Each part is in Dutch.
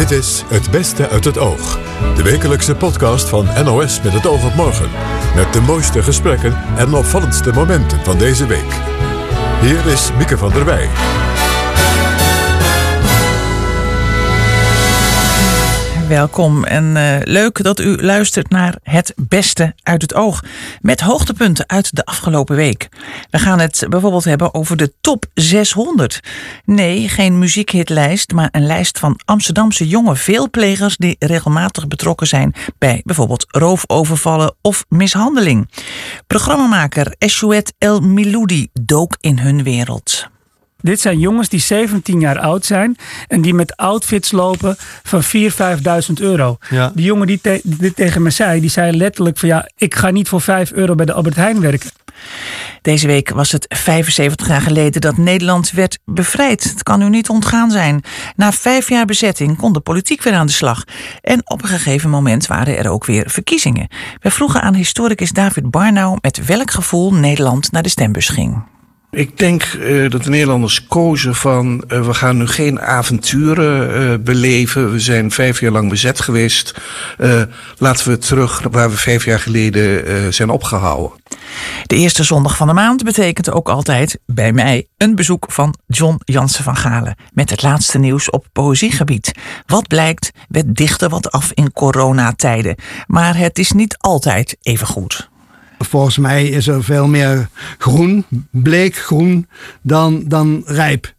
Dit is Het Beste uit het Oog. De wekelijkse podcast van NOS met het oog op morgen. Met de mooiste gesprekken en opvallendste momenten van deze week. Hier is Mieke van der Wij. Welkom en leuk dat u luistert naar Het Beste uit het Oog. Met hoogtepunten uit de afgelopen week. We gaan het bijvoorbeeld hebben over de top 600. Nee, geen muziekhitlijst, maar een lijst van Amsterdamse jonge veelplegers die regelmatig betrokken zijn bij bijvoorbeeld roofovervallen of mishandeling. Programmamaker Eshouet El Miloudi dook in hun wereld. Dit zijn jongens die 17 jaar oud zijn en die met outfits lopen van 4.000-5.000 euro. Ja. Die jongen die dit tegen me zei, die zei letterlijk van ja, ik ga niet voor €5 bij de Albert Heijn werken. Deze week was het 75 jaar geleden dat Nederland werd bevrijd. Het kan u niet ontgaan zijn. Na 5 jaar bezetting kon de politiek weer aan de slag. En op een gegeven moment waren er ook weer verkiezingen. We vroegen aan historicus David Barnau met welk gevoel Nederland naar de stembus ging. Ik denk dat de Nederlanders kozen van we gaan nu geen avonturen beleven. We zijn 5 jaar lang bezet geweest. Laten we terug waar we 5 jaar geleden zijn opgehouden. De eerste zondag van de maand betekent ook altijd bij mij een bezoek van John Jansen van Galen. Met het laatste nieuws op poëziegebied. Wat blijkt, we dichten wat af in coronatijden. Maar het is niet altijd even goed. Volgens mij is er veel meer groen, bleekgroen, dan rijp.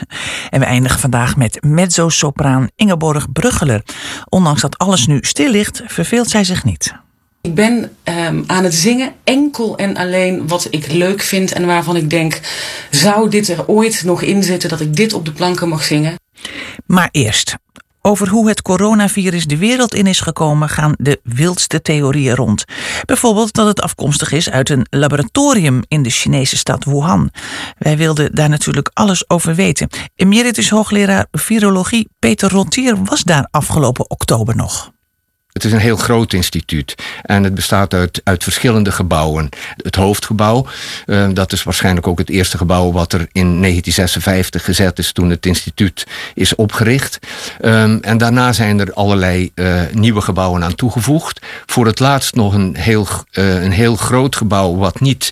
En we eindigen vandaag met mezzo-sopraan Ingeborg Bruggeler. Ondanks dat alles nu stil ligt, verveelt zij zich niet. Ik ben aan het zingen enkel en alleen wat ik leuk vind en waarvan ik denk, zou dit er ooit nog in zitten dat ik dit op de planken mag zingen? Maar eerst. Over hoe het coronavirus de wereld in is gekomen gaan de wildste theorieën rond. Bijvoorbeeld dat het afkomstig is uit een laboratorium in de Chinese stad Wuhan. Wij wilden daar natuurlijk alles over weten. Emeritus hoogleraar virologie Peter Rottier was daar afgelopen oktober nog. Het is een heel groot instituut en het bestaat uit verschillende gebouwen. Het hoofdgebouw, dat is waarschijnlijk ook het eerste gebouw wat er in 1956 gezet is toen het instituut is opgericht. En daarna zijn er allerlei nieuwe gebouwen aan toegevoegd. Voor het laatst nog een heel groot gebouw wat niet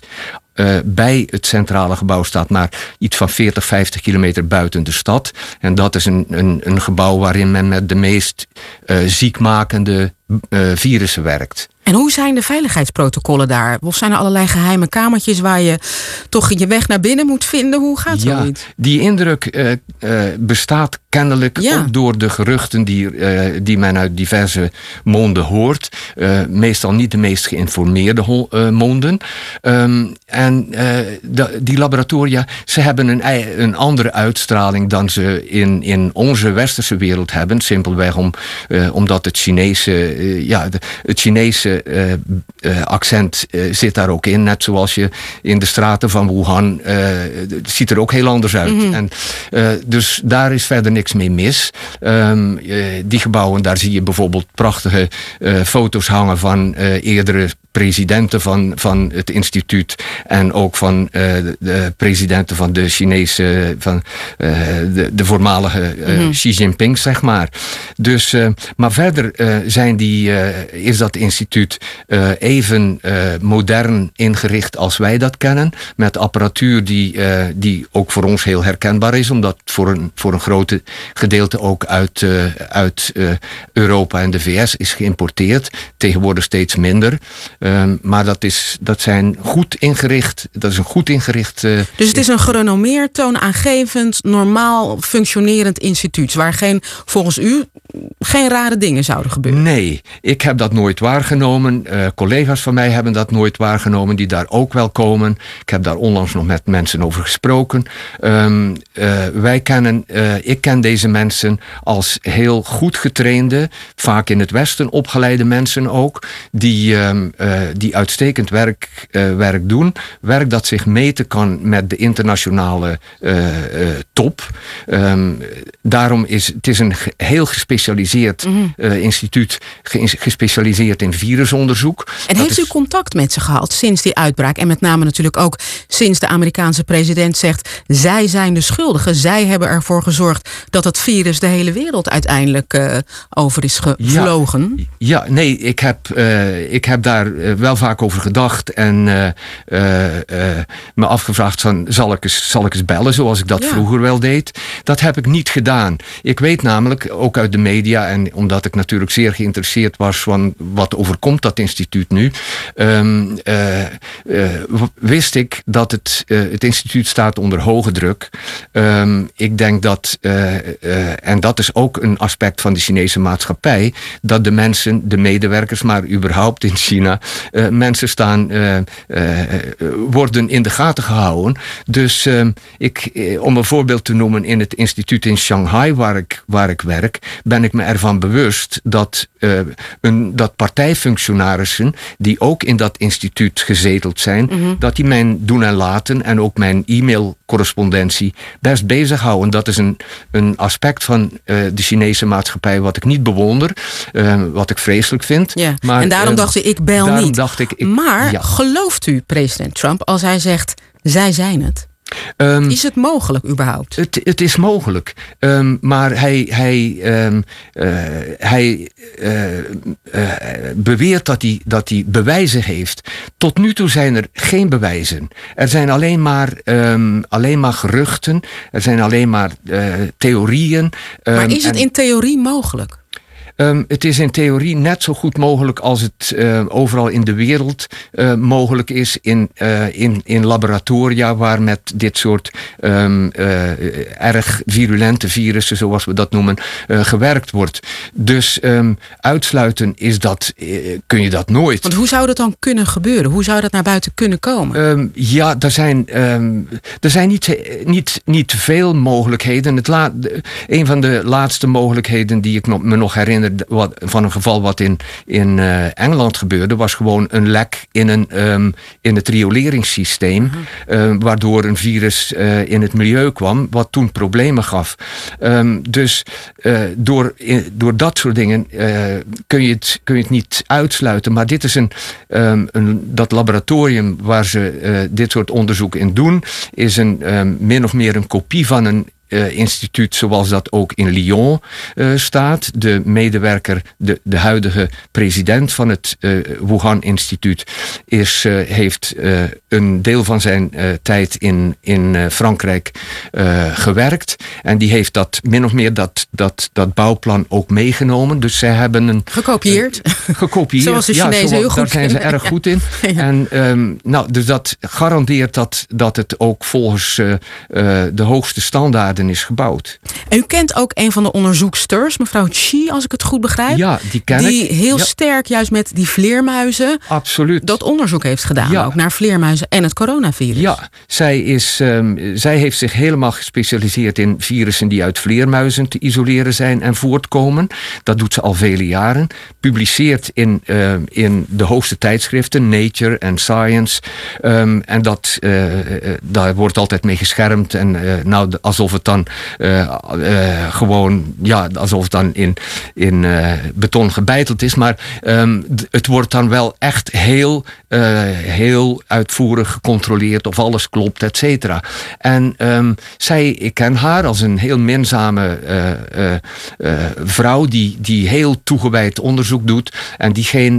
bij het centrale gebouw staat, maar iets van 40-50 kilometer buiten de stad. En dat is een gebouw waarin men met de meest ziekmakende virussen werkt. En hoe zijn de veiligheidsprotocollen daar? Of zijn er allerlei geheime kamertjes waar je toch je weg naar binnen moet vinden? Hoe gaat zoiets? Ja, die indruk bestaat kennelijk ook door de geruchten die men uit diverse monden hoort. Meestal niet de meest geïnformeerde monden. Die laboratoria, ze hebben een andere uitstraling dan ze in onze westerse wereld hebben. Simpelweg omdat het Chinese accent zit daar ook in. Net zoals je in de straten van Wuhan, het ziet er ook heel anders uit. Mm-hmm. En, dus daar is verder niks mee mis. Die gebouwen, daar zie je bijvoorbeeld prachtige foto's hangen van eerdere presidenten van het instituut en ook van de presidenten van de Chinese, van de voormalige Xi Jinping, zeg maar. Dus, maar verder is dat instituut even modern ingericht als wij dat kennen, met apparatuur die ook voor ons heel herkenbaar is, omdat voor een grote gedeelte ook uit Europa en de VS is geïmporteerd. Tegenwoordig steeds minder. Maar dat is een goed ingericht. Dus het is een gerenommeerd, toonaangevend, normaal functionerend instituut, waar volgens u geen rare dingen zouden gebeuren? Nee, ik heb dat nooit waargenomen. Collega's van mij hebben dat nooit waargenomen, die daar ook wel komen. Ik heb daar onlangs nog met mensen over gesproken. Ik ken deze mensen als heel goed getrainde, vaak in het Westen opgeleide mensen ook, die uitstekend werk doen. Werk dat zich meten kan met de internationale top. daarom is het een heel gespecialiseerd instituut, gespecialiseerd in virusonderzoek. En heeft u contact met ze gehad sinds die uitbraak? En met name natuurlijk ook sinds de Amerikaanse president zegt, zij zijn de schuldigen. Zij hebben ervoor gezorgd dat het virus de hele wereld uiteindelijk over is gevlogen. Ja, nee, ik heb daar wel vaak over gedacht en me afgevraagd van, zal ik eens bellen zoals ik dat vroeger wel deed. Dat heb ik niet gedaan. Ik weet namelijk, ook uit de media, en omdat ik natuurlijk zeer geïnteresseerd was van wat overkomt dat instituut nu, wist ik dat het instituut staat onder hoge druk. Ik denk dat, en dat is ook een aspect van de Chinese maatschappij, dat de mensen, de medewerkers, maar überhaupt in China, mensen worden in de gaten gehouden. Dus om een voorbeeld te noemen, in het instituut in Shanghai waar ik werk, ben ik me ervan bewust dat partijfunctionarissen die ook in dat instituut gezeteld zijn, dat die mijn doen en laten en ook mijn e-mailcorrespondentie best bezighouden. Dat is een aspect van de Chinese maatschappij wat ik niet bewonder, wat ik vreselijk vind. Ja. Maar, en daarom dacht ik bel niet. Maar ja. Gelooft u president Trump als hij zegt, zij zijn het? Is het mogelijk überhaupt? Het is mogelijk. Maar hij beweert dat hij bewijzen heeft. Tot nu toe zijn er geen bewijzen. Er zijn alleen maar geruchten. Er zijn alleen maar theorieën. Maar is het in theorie mogelijk? Het is in theorie net zo goed mogelijk als het overal in de wereld mogelijk is in laboratoria waar met dit soort erg virulente virussen, zoals we dat noemen, gewerkt wordt. Dus uitsluiten kun je dat nooit. Want hoe zou dat dan kunnen gebeuren? Hoe zou dat naar buiten kunnen komen? Ja, er zijn niet veel mogelijkheden. Een van de laatste mogelijkheden die ik me nog herinner van een geval wat in Engeland gebeurde, was gewoon een lek in het rioleringssysteem, waardoor een virus in het milieu kwam, wat toen problemen gaf. Dus door dat soort dingen kun je het niet uitsluiten. Maar dit is dat laboratorium waar ze dit soort onderzoek in doen, is min of meer een kopie van een instituut zoals dat ook in Lyon staat. De medewerker, de huidige president van het Wuhan-instituut heeft een deel van zijn tijd in Frankrijk gewerkt. En die heeft dat min of meer dat bouwplan ook meegenomen. Dus zij hebben gekopieerd. Zoals de Chinezen heel goed daar zijn ze erg goed in. Ja. En dus dat garandeert dat het ook volgens de hoogste standaarden is gebouwd. En u kent ook een van de onderzoeksters, mevrouw Xi, als ik het goed begrijp. Ja, die ken ik. Die heel sterk juist met die vleermuizen dat onderzoek heeft gedaan. Ook naar vleermuizen en het coronavirus. Ja, zij heeft zich helemaal gespecialiseerd in virussen die uit vleermuizen te isoleren zijn en voortkomen. Dat doet ze al vele jaren. Publiceert in de hoogste tijdschriften, Nature en Science. En daar wordt altijd mee geschermd. En alsof het dan alsof het dan in beton gebeiteld is. Maar het wordt dan wel echt heel uitvoerig gecontroleerd of alles klopt, et cetera. En ik ken haar als een heel minzame vrouw die heel toegewijd onderzoek doet en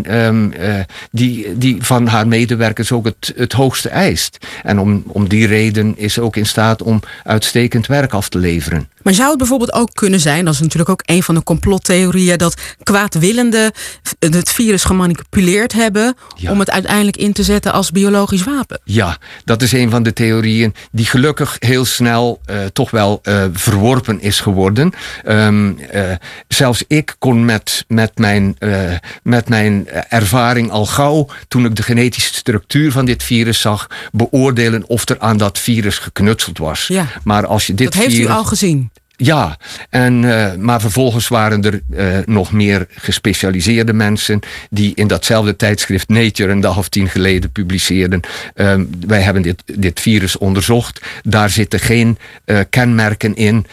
die van haar medewerkers ook het hoogste eist. En om die reden is ze ook in staat om uitstekend werk af te leveren. Maar zou het bijvoorbeeld ook kunnen zijn, dat is natuurlijk ook een van de complottheorieën, dat kwaadwillenden het virus gemanipuleerd hebben om het uiteindelijk in te zetten als biologisch wapen? Ja, dat is een van de theorieën die gelukkig heel snel toch wel verworpen is geworden. Zelfs ik kon met mijn ervaring al gauw, toen ik de genetische structuur van dit virus zag, beoordelen of er aan dat virus geknutseld was. Ja, maar als je dat heeft u al gezien? Ja, maar vervolgens waren er nog meer gespecialiseerde mensen die in datzelfde tijdschrift Nature een dag of 10 geleden publiceerden. Wij hebben dit virus onderzocht. Daar zitten geen kenmerken in,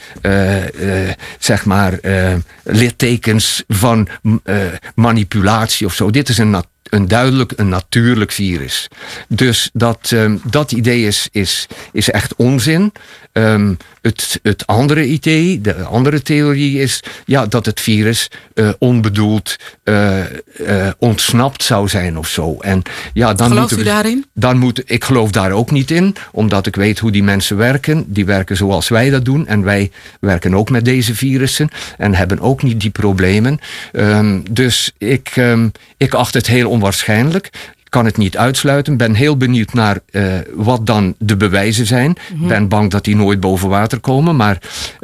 littekens van manipulatie of zo. Dit is duidelijk een natuurlijk virus. Dus dat idee is echt onzin. Het andere idee, de andere theorie is dat het virus onbedoeld ontsnapt zou zijn of zo. En dan gelooft u daarin? Ik geloof daar ook niet in, omdat ik weet hoe die mensen werken. Die werken zoals wij dat doen. En wij werken ook met deze virussen en hebben ook niet die problemen. Dus ik acht het heel onwaarschijnlijk. Kan het niet uitsluiten. Ben heel benieuwd naar wat dan de bewijzen zijn. Ben bang dat die nooit boven water komen. Maar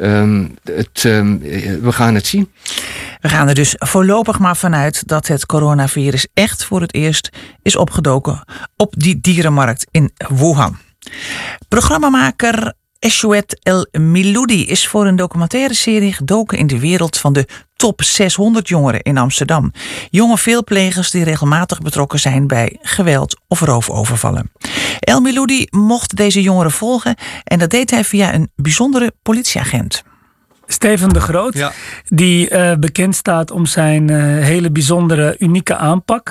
we gaan het zien. We gaan er dus voorlopig maar vanuit dat het coronavirus echt voor het eerst is opgedoken op die dierenmarkt in Wuhan. Programmamaker Eshwet El Miloudi is voor een documentaire serie gedoken in de wereld van de top 600 jongeren in Amsterdam. Jonge veelplegers die regelmatig betrokken zijn bij geweld of roofovervallen. El Miloudi mocht deze jongeren volgen en dat deed hij via een bijzondere politieagent. Steven de Groot, die bekend staat om zijn hele bijzondere, unieke aanpak.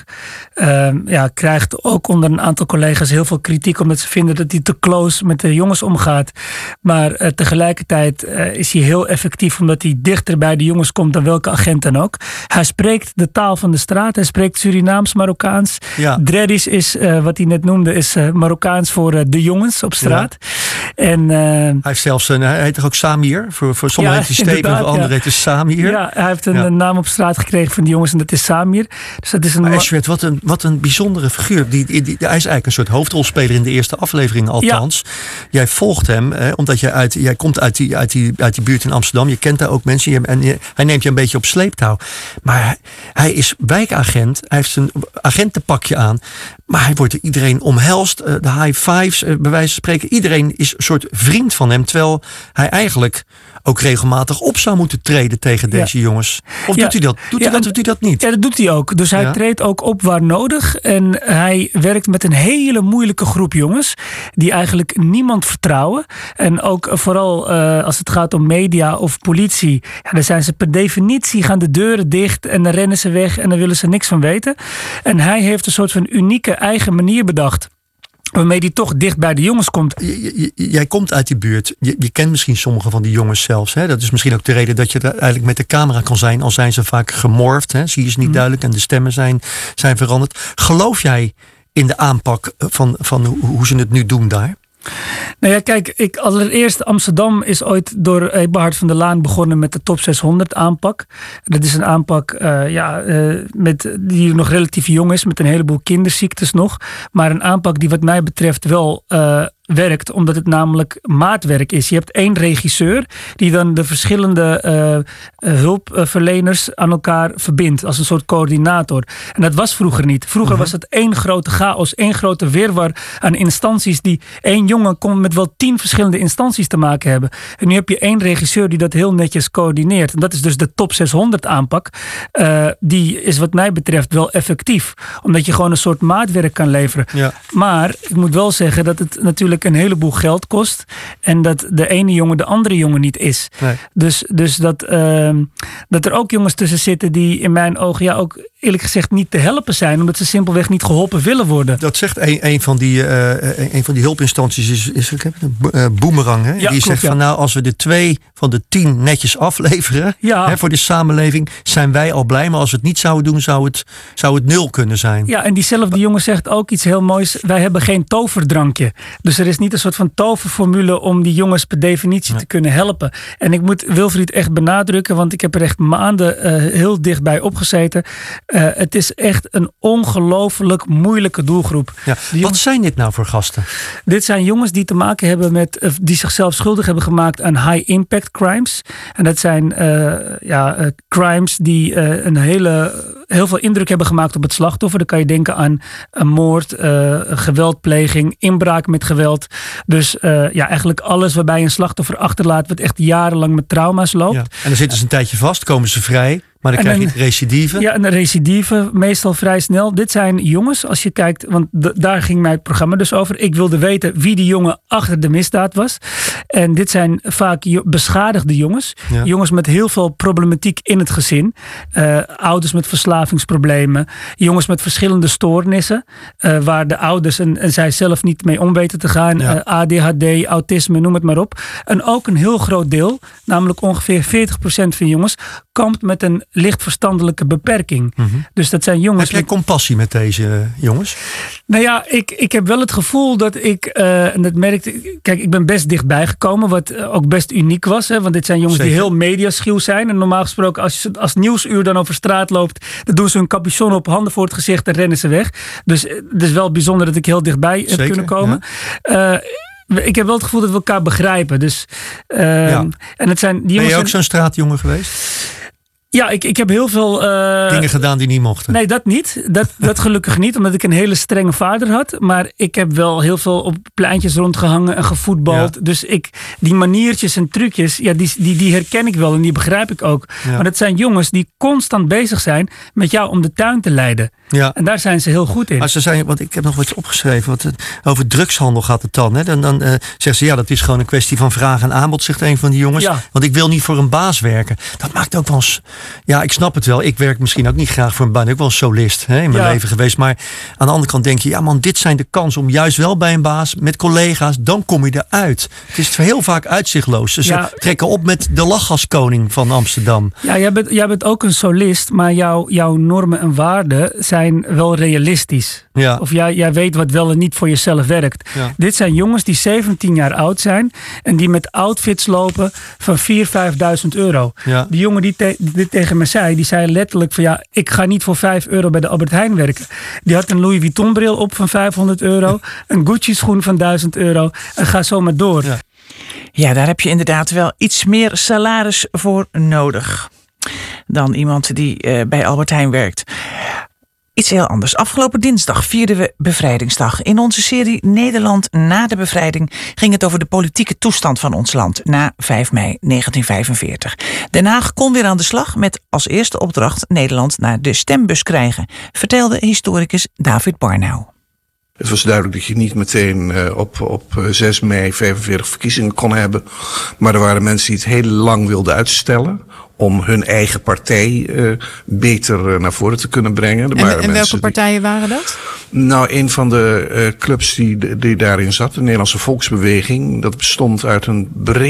Krijgt ook onder een aantal collega's heel veel kritiek, omdat ze vinden dat hij te close met de jongens omgaat. Maar tegelijkertijd is hij heel effectief, omdat hij dichter bij de jongens komt dan welke agent dan ook. Hij spreekt de taal van de straat, hij spreekt Surinaams, Marokkaans. Ja. Dreddies is, wat hij net noemde, is Marokkaans voor de jongens op straat. Ja. En, hij heeft zelfs hij heet toch ook Samir? Voor sommigen heet hij Steven, voor anderen heet hij Samir. Ja, hij heeft een naam op straat gekregen van die jongens en dat is Samir. Dus dat is een Eshwet, wat een bijzondere figuur. Hij is eigenlijk een soort hoofdrolspeler in de eerste aflevering althans. Ja. Jij volgt hem, omdat jij komt uit die buurt in Amsterdam. Je kent daar ook mensen en hij neemt je een beetje op sleeptouw. Maar hij is wijkagent. Hij heeft een agentenpakje aan. Maar hij wordt iedereen omhelst. De high fives, bij wijze van spreken. Iedereen is een soort vriend van hem. Terwijl hij eigenlijk ook regelmatig op zou moeten treden tegen deze jongens. Of doet hij dat? Doet hij dat niet? Ja, dat doet hij ook. Dus hij treedt ook op waar nodig. En hij werkt met een hele moeilijke groep jongens. Die eigenlijk niemand vertrouwen. En ook vooral als het gaat om media of politie. Ja, dan zijn ze per definitie, gaan de deuren dicht. En dan rennen ze weg en dan willen ze niks van weten. En hij heeft een soort van unieke eigen manier bedacht, waarmee die toch dicht bij de jongens komt. Jij komt uit die buurt. Je kent misschien sommige van die jongens zelfs. Hè? Dat is misschien ook de reden dat je er eigenlijk met de camera kan zijn. Al zijn ze vaak gemorfd. Hè? Zie je ze niet duidelijk en de stemmen zijn veranderd. Geloof jij in de aanpak van hoe ze het nu doen daar? Nou ja, kijk, allereerst Amsterdam is ooit door Eberhard van der Laan begonnen met de top 600 aanpak. Dat is een aanpak die nog relatief jong is, met een heleboel kinderziektes nog. Maar een aanpak die wat mij betreft wel werkt, omdat het namelijk maatwerk is. Je hebt 1 regisseur die dan de verschillende hulpverleners aan elkaar verbindt als een soort coördinator. En dat was vroeger niet. Vroeger was het 1 grote chaos, 1 grote wirwar aan instanties die 1 jongen kon met wel 10 verschillende instanties te maken hebben. En nu heb je 1 regisseur die dat heel netjes coördineert. En dat is dus de top 600 aanpak. Die is wat mij betreft wel effectief. Omdat je gewoon een soort maatwerk kan leveren. Ja. Maar ik moet wel zeggen dat het natuurlijk een heleboel geld kost. En dat de ene jongen de andere jongen niet is. Nee. Dus dat er ook jongens tussen zitten die in mijn ogen ook eerlijk gezegd niet te helpen zijn. Omdat ze simpelweg niet geholpen willen worden. Dat zegt een van die hulpinstanties is Boomerang. Hè? Ja, die zegt van nou, als we de 2 van de 10 netjes afleveren voor de samenleving, zijn wij al blij. Maar als we het niet zouden doen, zou het 0 kunnen zijn. Ja, en diezelfde jongen zegt ook iets heel moois. Wij hebben geen toverdrankje. Dus er is niet een soort van toverformule om die jongens per definitie te kunnen helpen. En ik moet Wilfried echt benadrukken, want ik heb er echt maanden heel dichtbij opgezeten. Het is echt een ongelooflijk moeilijke doelgroep. Ja. Wat zijn dit nou voor gasten? Dit zijn jongens die te maken hebben met, die zichzelf schuldig hebben gemaakt aan high impact crimes. En dat zijn crimes die een hele heel veel indruk hebben gemaakt op het slachtoffer. Dan kan je denken aan een moord, geweldpleging, inbraak met geweld. Dus eigenlijk alles waarbij een slachtoffer achterlaat wat echt jarenlang met trauma's loopt. Ja. En dan zitten ze een tijdje vast, komen ze vrij. Maar dan krijg je recidive. Ja, een recidive, meestal vrij snel. Dit zijn jongens, als je kijkt, want daar ging mijn programma dus over. Ik wilde weten wie die jongen achter de misdaad was. En dit zijn vaak beschadigde jongens. Ja. Jongens met heel veel problematiek in het gezin. Ouders met verslavingsproblemen. Jongens met verschillende stoornissen. Waar de ouders en zij zelf niet mee om weten te gaan. Ja. ADHD, autisme, noem het maar op. En ook een heel groot deel, namelijk ongeveer 40% van jongens, kampt met een licht verstandelijke beperking. Mm-hmm. Dus dat zijn jongens. Heb jij compassie met deze jongens? Nou ja, ik heb wel het gevoel dat ik, en dat merkte, kijk, ik ben best dichtbij gekomen, wat ook best uniek was. Hè, want dit zijn jongens die heel mediaschuw zijn. En normaal gesproken, als Nieuwsuur dan over straat loopt, dan doen ze hun capuchon op, handen voor het gezicht en rennen ze weg. Dus het is wel bijzonder dat ik heel dichtbij heb kunnen komen. Ja. Ik heb wel het gevoel dat we elkaar begrijpen. Dus, en het zijn, die ben je ook zo'n straatjongen geweest? Ja, ik heb heel veel dingen gedaan die niet mochten. Nee, dat niet. Dat gelukkig niet, omdat ik een hele strenge vader had. Maar ik heb wel heel veel op pleintjes rondgehangen en gevoetbald. Ja. Dus die maniertjes en trucjes, ja, die herken ik wel en die begrijp ik ook. Ja. Maar dat zijn jongens die constant bezig zijn met jou om de tuin te leiden. Ja. En daar zijn ze heel goed in. Maar ze zijn, want ik heb nog wat opgeschreven. Over drugshandel gaat het dan. Hè? Dan zeggen ze, ja, dat is gewoon een kwestie van vraag en aanbod, zegt een van die jongens. Ja. Want ik wil niet voor een baas werken. Dat maakt ook wel eens. Ja, ik snap het wel. Ik werk misschien ook niet graag voor een baan. Ik ben ook wel een solist in mijn leven geweest. Maar aan de andere kant denk je, ja man, dit zijn de kansen om juist wel bij een baas, met collega's, dan kom je eruit. Het is heel vaak uitzichtloos. Dus ze trekken op met de lachgaskoning van Amsterdam. Ja, jij bent ook een solist, maar jouw normen en waarden zijn wel realistisch. Ja. Of jij weet wat wel en niet voor jezelf werkt. Ja. Dit zijn jongens die 17 jaar oud zijn en die met outfits lopen van 4.000-5.000 euro. Ja. Die jongen die dit tegen me zei, die zei letterlijk van ja, ik ga niet voor €5 bij de Albert Heijn werken. Die had een Louis Vuitton bril op van €500, een Gucci schoen van €1.000 en ga zo maar door. Ja. Ja, daar heb je inderdaad wel iets meer salaris voor nodig dan iemand die bij Albert Heijn werkt. Iets heel anders. Afgelopen dinsdag vierden we Bevrijdingsdag. In onze serie Nederland na de bevrijding ging het over de politieke toestand van ons land na 5 mei 1945. Den Haag kon weer aan de slag met als eerste opdracht Nederland naar de stembus krijgen, vertelde historicus David Barnau. Het was duidelijk dat je niet meteen op 6 mei 45 verkiezingen kon hebben. Maar er waren mensen die het heel lang wilden uitstellen om hun eigen partij beter naar voren te kunnen brengen. En welke partijen waren dat? Nou, een van de clubs die daarin zat, de Nederlandse Volksbeweging, dat bestond uit een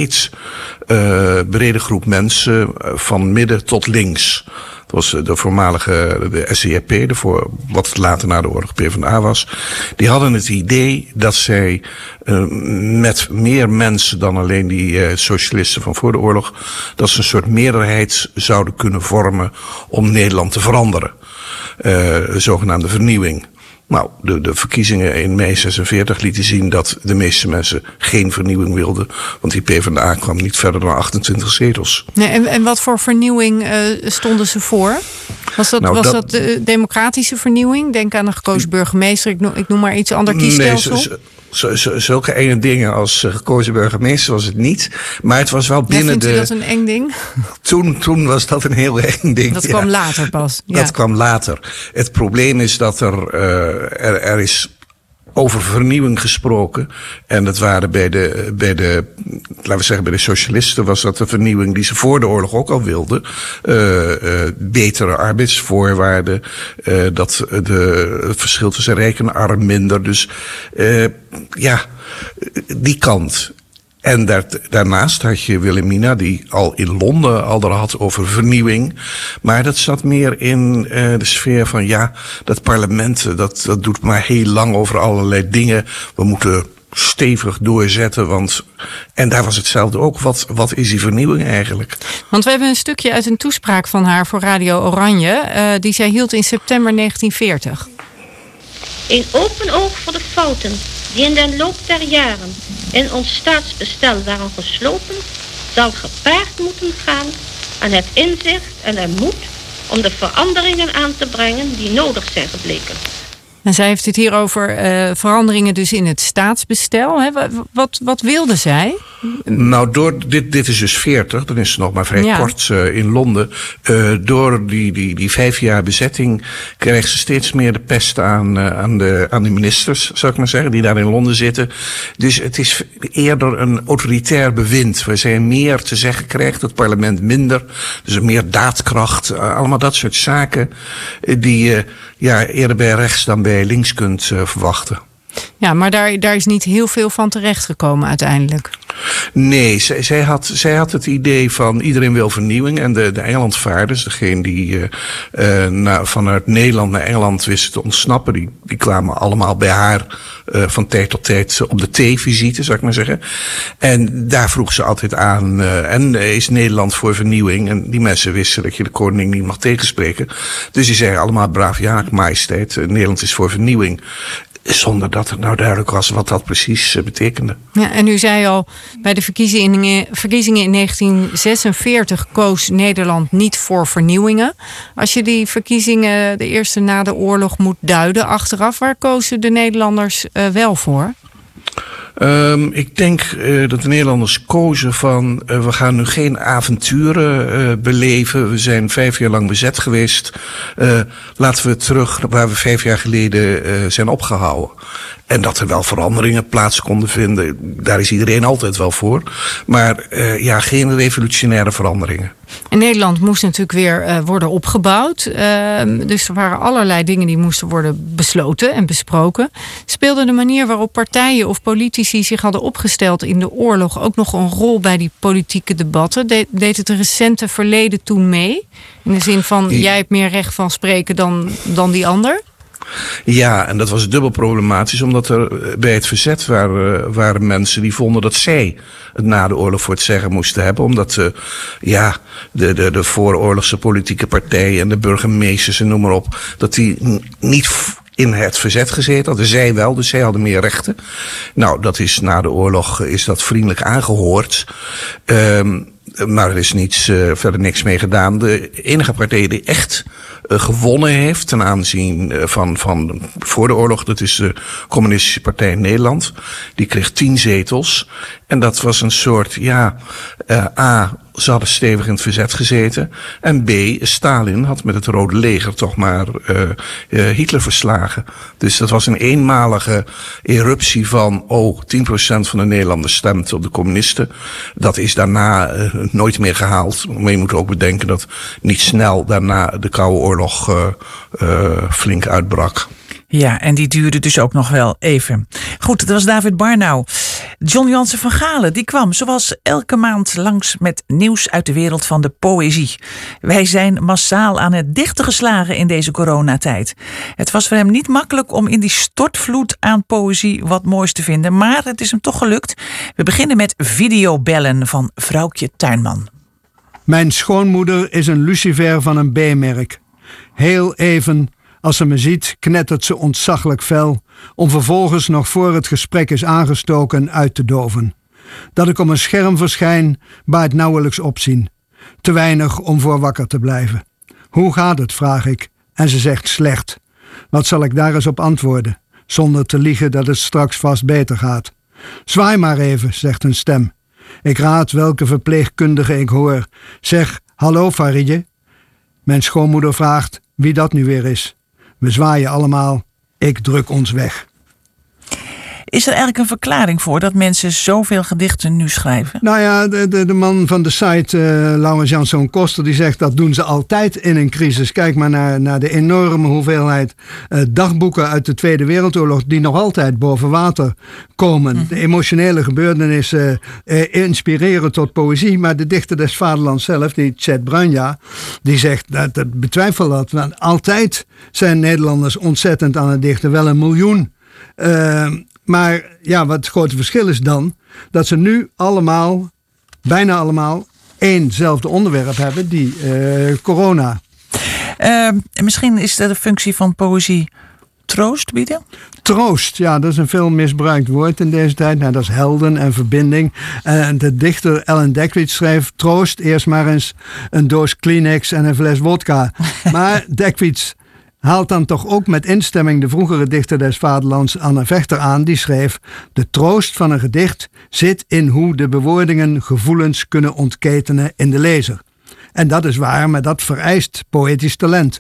brede groep mensen van midden tot links. Dat was de voormalige de SCRP, wat later na de oorlog PvdA was. Die hadden het idee dat zij met meer mensen dan alleen die socialisten van voor de oorlog, dat ze een soort meerderheid zouden kunnen vormen om Nederland te veranderen. Zogenaamde vernieuwing. Nou, de verkiezingen in mei 46 lieten zien dat de meeste mensen geen vernieuwing wilden. Want die PvdA kwam niet verder dan 28 zetels. Nee, en wat voor vernieuwing stonden ze voor? Was dat de democratische vernieuwing? Denk aan een gekozen burgemeester. Ik noem maar iets ander kiesstelsel. Nee, zulke enge dingen als gekozen burgemeester was het niet. Maar het was wel binnen vindt u dat een eng ding? Toen was dat een heel eng ding. Dat kwam later pas. Ja. Dat kwam later. Het probleem is dat er is over vernieuwing gesproken. En dat waren bij de, laten we zeggen, bij de socialisten was dat de vernieuwing die ze voor de oorlog ook al wilden. Betere arbeidsvoorwaarden. Dat het verschil tussen rijk en arm minder. Dus die kant. En daarnaast had je Wilhelmina, die al in Londen al had over vernieuwing. Maar dat zat meer in de sfeer van dat parlement, dat doet maar heel lang over allerlei dingen. We moeten stevig doorzetten, en daar was hetzelfde ook. Wat is die vernieuwing eigenlijk? Want we hebben een stukje uit een toespraak van haar voor Radio Oranje, die zij hield in september 1940. Een open oog voor de fouten die in de loop der jaren in ons staatsbestel waren geslopen, zal gepaard moeten gaan aan het inzicht en de moed om de veranderingen aan te brengen die nodig zijn gebleken. En zij heeft het hier over veranderingen dus in het staatsbestel. Hè? Wat wilde zij? Nou, door dit is dus 40, dan is ze nog maar vrij kort in Londen. Door die 5 jaar bezetting krijgt ze steeds meer de pest aan de ministers, zou ik maar zeggen, die daar in Londen zitten. Dus het is eerder een autoritair bewind, waar zij meer te zeggen krijgt, het parlement minder. Dus meer daadkracht, allemaal dat soort zaken die eerder bij rechts dan bij links kunt verwachten. Ja, maar daar is niet heel veel van terechtgekomen uiteindelijk. Nee, zij had het idee van iedereen wil vernieuwing. En de Engelandvaarders, degene die vanuit Nederland naar Engeland wisten te ontsnappen, die kwamen allemaal bij haar van tijd tot tijd op de theevisite, zou ik maar zeggen. En daar vroeg ze altijd aan, en is Nederland voor vernieuwing? En die mensen wisten dat je de koning niet mag tegenspreken. Dus die zeiden allemaal braaf, ja, majesteit, Nederland is voor vernieuwing. Zonder dat het nou duidelijk was wat dat precies betekende. Ja, en u zei al, bij de verkiezingen in 1946 koos Nederland niet voor vernieuwingen. Als je die verkiezingen, de eerste na de oorlog, moet duiden achteraf, waar kozen de Nederlanders wel voor? Ik denk dat de Nederlanders kozen van we gaan nu geen avonturen beleven. We zijn 5 jaar lang bezet geweest. Laten we terug waar we 5 jaar geleden zijn opgehouden. En dat er wel veranderingen plaats konden vinden. Daar is iedereen altijd wel voor. Maar geen revolutionaire veranderingen. In Nederland moest natuurlijk weer worden opgebouwd. Dus er waren allerlei dingen die moesten worden besloten en besproken. Speelde de manier waarop partijen of politici zich hadden opgesteld in de oorlog ook nog een rol bij die politieke debatten? Deed het recente verleden toen mee? In de zin van, jij hebt meer recht van spreken dan die ander? Ja, en dat was dubbel problematisch, omdat er bij het verzet waren mensen die vonden dat zij het na de oorlog voor het zeggen moesten hebben. Omdat de vooroorlogse politieke partijen en de burgemeesters en noem maar op, dat die niet in het verzet gezeten hadden. Zij wel, dus zij hadden meer rechten. Nou, dat is na de oorlog is dat vriendelijk aangehoord. Maar er is verder niks mee gedaan. De enige partij die echt gewonnen heeft ten aanzien van voor de oorlog, dat is de Communistische Partij in Nederland. Die kreeg 10 zetels. En dat was een soort, A, ze hadden stevig in het verzet gezeten. En B, Stalin had met het Rode Leger toch maar Hitler verslagen. Dus dat was een eenmalige eruptie van, 10% van de Nederlanders stemt op de communisten. Dat is daarna nooit meer gehaald. Maar je moet ook bedenken dat niet snel daarna de Koude Oorlog flink uitbrak. Ja, en die duurde dus ook nog wel even. Goed, dat was David Barnau. John Jansen van Galen, die kwam zoals elke maand langs met nieuws uit de wereld van de poëzie. Wij zijn massaal aan het dichten geslagen in deze coronatijd. Het was voor hem niet makkelijk om in die stortvloed aan poëzie wat moois te vinden, maar het is hem toch gelukt. We beginnen met videobellen van vrouwtje Tuinman. Mijn schoonmoeder is een lucifer van een B-merk. Heel even, als ze me ziet, knettert ze ontzaglijk fel, om vervolgens nog voor het gesprek is aangestoken uit te doven. Dat ik om een scherm verschijn, baart nauwelijks opzien. Te weinig om voor wakker te blijven. Hoe gaat het, vraag ik, en ze zegt slecht. Wat zal ik daar eens op antwoorden, zonder te liegen dat het straks vast beter gaat? Zwaai maar even, zegt een stem. Ik raad welke verpleegkundige ik hoor. Zeg, hallo Faridje. Mijn schoonmoeder vraagt wie dat nu weer is. We zwaaien allemaal. Ik druk ons weg. Is er eigenlijk een verklaring voor dat mensen zoveel gedichten nu schrijven? Nou ja, de man van de site, Laurens Janszoon Koster, die zegt dat doen ze altijd in een crisis. Kijk maar naar de enorme hoeveelheid dagboeken uit de Tweede Wereldoorlog die nog altijd boven water komen. De emotionele gebeurtenissen inspireren tot poëzie. Maar de dichter des vaderlands zelf, die Chet Branja, die zegt dat betwijfel dat. Want altijd zijn Nederlanders ontzettend aan het dichten. Wel 1 miljoen. Maar ja, wat het grote verschil is dan, dat ze nu allemaal, bijna allemaal, éénzelfde onderwerp hebben, die corona. Misschien is dat de functie van poëzie troost bieden? Troost, ja, dat is een veel misbruikt woord in deze tijd. Nou, dat is helden en verbinding. En de dichter Ellen Dekwits schreef: troost, eerst maar eens een doos Kleenex en een fles wodka. Maar Dekwits haalt dan toch ook met instemming de vroegere dichter des vaderlands Anne Vechter aan. Die schreef: de troost van een gedicht zit in hoe de bewoordingen gevoelens kunnen ontketenen in de lezer. En dat is waar, maar dat vereist poëtisch talent.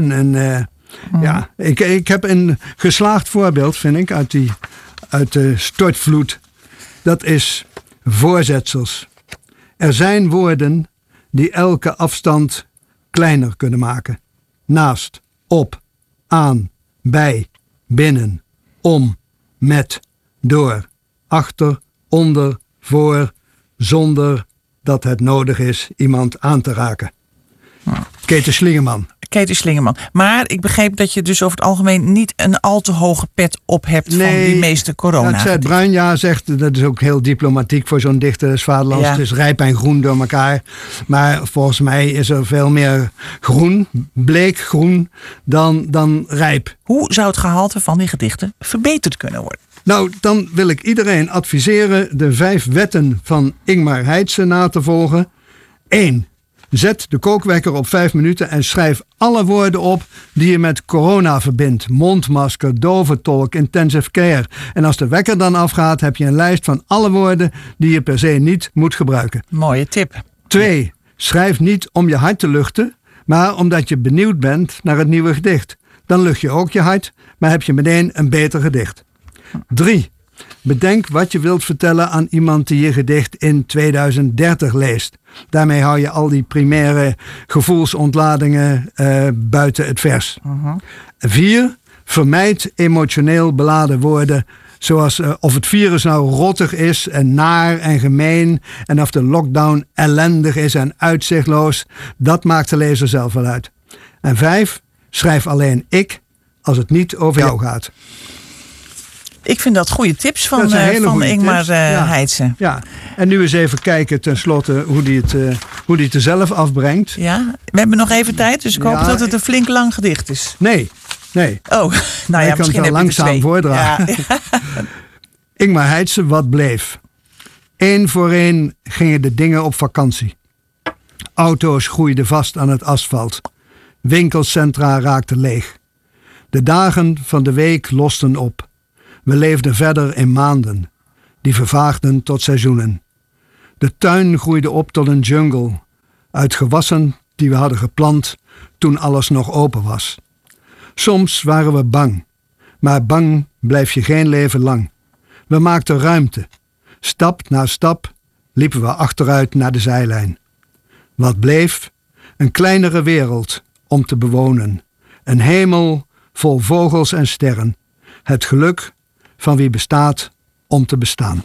Ja, ik heb een geslaagd voorbeeld, vind ik, uit de stortvloed. Dat is voorzetsels. Er zijn woorden die elke afstand kleiner kunnen maken. Naast, op, aan, bij, binnen, om, met, door, achter, onder, voor, zonder dat het nodig is iemand aan te raken. Keten Slingerman. Maar ik begreep dat je dus over het algemeen niet een al te hoge pet op hebt van die meeste corona. Dat Zet Bruinja zegt, dat is ook heel diplomatiek voor zo'n dichter des vaderlands. Ja. Het is rijp en groen door elkaar. Maar volgens mij is er veel meer groen, bleek groen, dan rijp. Hoe zou het gehalte van die gedichten verbeterd kunnen worden? Nou, dan wil ik iedereen adviseren de 5 wetten van Ingmar Heitse na te volgen. 1. Zet de kookwekker op 5 minuten en schrijf alle woorden op die je met corona verbindt. Mondmasker, doventolk, intensive care. En als de wekker dan afgaat, heb je een lijst van alle woorden die je per se niet moet gebruiken. Mooie tip. 2. Schrijf niet om je hart te luchten, maar omdat je benieuwd bent naar het nieuwe gedicht. Dan lucht je ook je hart, maar heb je meteen een beter gedicht. 3. Bedenk wat je wilt vertellen aan iemand die je gedicht in 2030 leest. Daarmee hou je al die primaire gevoelsontladingen buiten het vers. 4. Vermijd emotioneel beladen woorden. Zoals of het virus nou rottig is en naar en gemeen. En of de lockdown ellendig is en uitzichtloos. Dat maakt de lezer zelf wel uit. En 5. Schrijf alleen ik als het niet over jou gaat. Ik vind dat goede tips van Ingmar Heitse. Ja, en nu eens even kijken tenslotte hoe die het er zelf afbrengt. Ja, we hebben nog even tijd, dus ik hoop dat het een flink lang gedicht is. Nee. Oh, nou ja, misschien heb langzaam voordragen. Ja. Ingmar Heitse, wat bleef? 1 voor 1 gingen de dingen op vakantie. Auto's groeiden vast aan het asfalt. Winkelcentra raakten leeg. De dagen van de week losten op. We leefden verder in maanden, die vervaagden tot seizoenen. De tuin groeide op tot een jungle, uit gewassen die we hadden geplant toen alles nog open was. Soms waren we bang, maar bang blijf je geen leven lang. We maakten ruimte. Stap na stap liepen we achteruit naar de zijlijn. Wat bleef? Een kleinere wereld om te bewonen. Een hemel vol vogels en sterren. Het geluk van wie bestaat om te bestaan.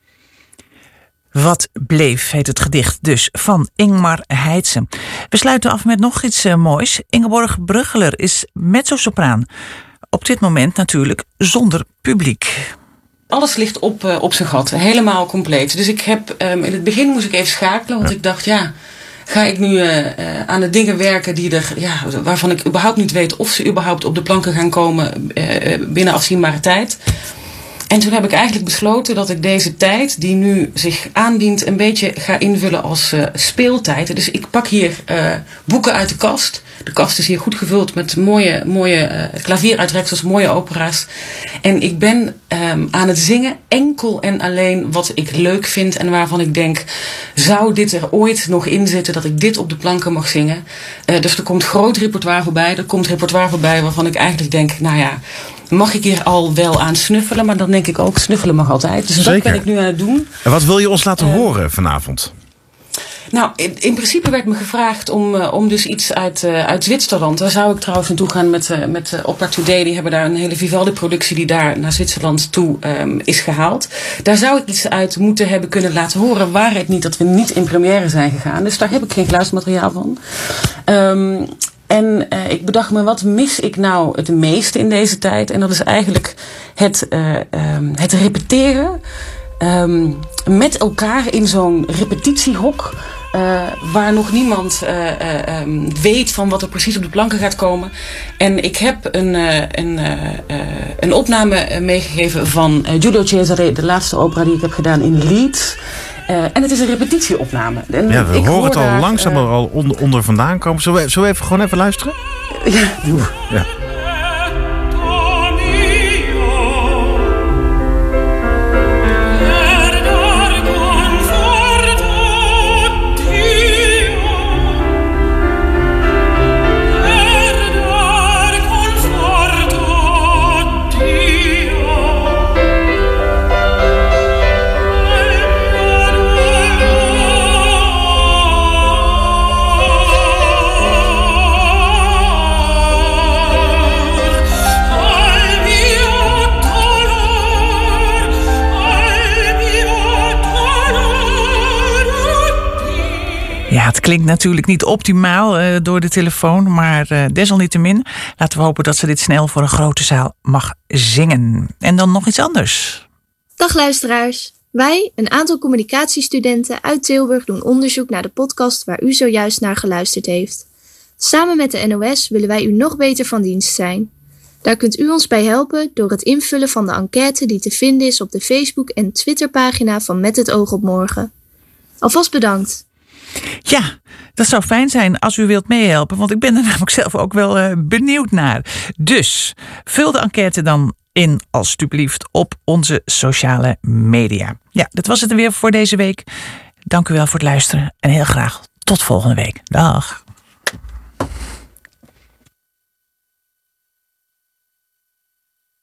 Wat bleef, heet het gedicht dus van Ingmar Heitse. We sluiten af met nog iets moois. Ingeborg Bruggeler is mezzosopraan. Op dit moment natuurlijk zonder publiek. Alles ligt op zijn gat, helemaal compleet. Dus ik heb in het begin moest ik even schakelen, want ik dacht ga ik nu aan de dingen werken waarvan ik überhaupt niet weet of ze überhaupt op de planken gaan komen binnen afzienbare tijd. En toen heb ik eigenlijk besloten dat ik deze tijd die nu zich aandient een beetje ga invullen als speeltijd. Dus ik pak hier boeken uit de kast. De kast is hier goed gevuld met mooie klavieruitreksels, mooie opera's. En ik ben aan het zingen enkel en alleen wat ik leuk vind en waarvan ik denk, zou dit er ooit nog in zitten dat ik dit op de planken mag zingen? Dus er komt groot repertoire voorbij. Er komt repertoire voorbij waarvan ik eigenlijk denk, mag ik hier al wel aan snuffelen? Maar dan denk ik ook, snuffelen mag altijd. Dus dat ben ik nu aan het doen. En wat wil je ons laten horen vanavond? Nou, in principe werd me gevraagd om dus iets uit Zwitserland. Daar zou ik trouwens naartoe gaan met Opera Today. Die hebben daar een hele Vivaldi-productie die daar naar Zwitserland toe is gehaald. Daar zou ik iets uit moeten hebben kunnen laten horen. Waar het niet dat we niet in première zijn gegaan. Dus daar heb ik geen geluidsmateriaal van. En ik bedacht me, wat mis ik nou het meeste in deze tijd? En dat is eigenlijk het repeteren met elkaar in zo'n repetitiehok. Waar nog niemand weet van wat er precies op de planken gaat komen. En ik heb een opname meegegeven van Giulio Cesare, de laatste opera die ik heb gedaan in Leeds. En het is een repetitieopname. En ja, we horen het al langzaam al onder vandaan komen. Zullen we gewoon even luisteren? Ja. Ja. Ja, het klinkt natuurlijk niet optimaal door de telefoon, maar desalniettemin laten we hopen dat ze dit snel voor een grote zaal mag zingen. En dan nog iets anders. Dag luisteraars. Wij, een aantal communicatiestudenten uit Tilburg, doen onderzoek naar de podcast waar u zojuist naar geluisterd heeft. Samen met de NOS willen wij u nog beter van dienst zijn. Daar kunt u ons bij helpen door het invullen van de enquête die te vinden is op de Facebook- en Twitterpagina van Met het Oog op Morgen. Alvast bedankt. Ja, dat zou fijn zijn als u wilt meehelpen, want ik ben er namelijk zelf ook wel benieuwd naar. Dus vul de enquête dan in alstublieft op onze sociale media. Ja, dat was het weer voor deze week. Dank u wel voor het luisteren en heel graag tot volgende week. Dag.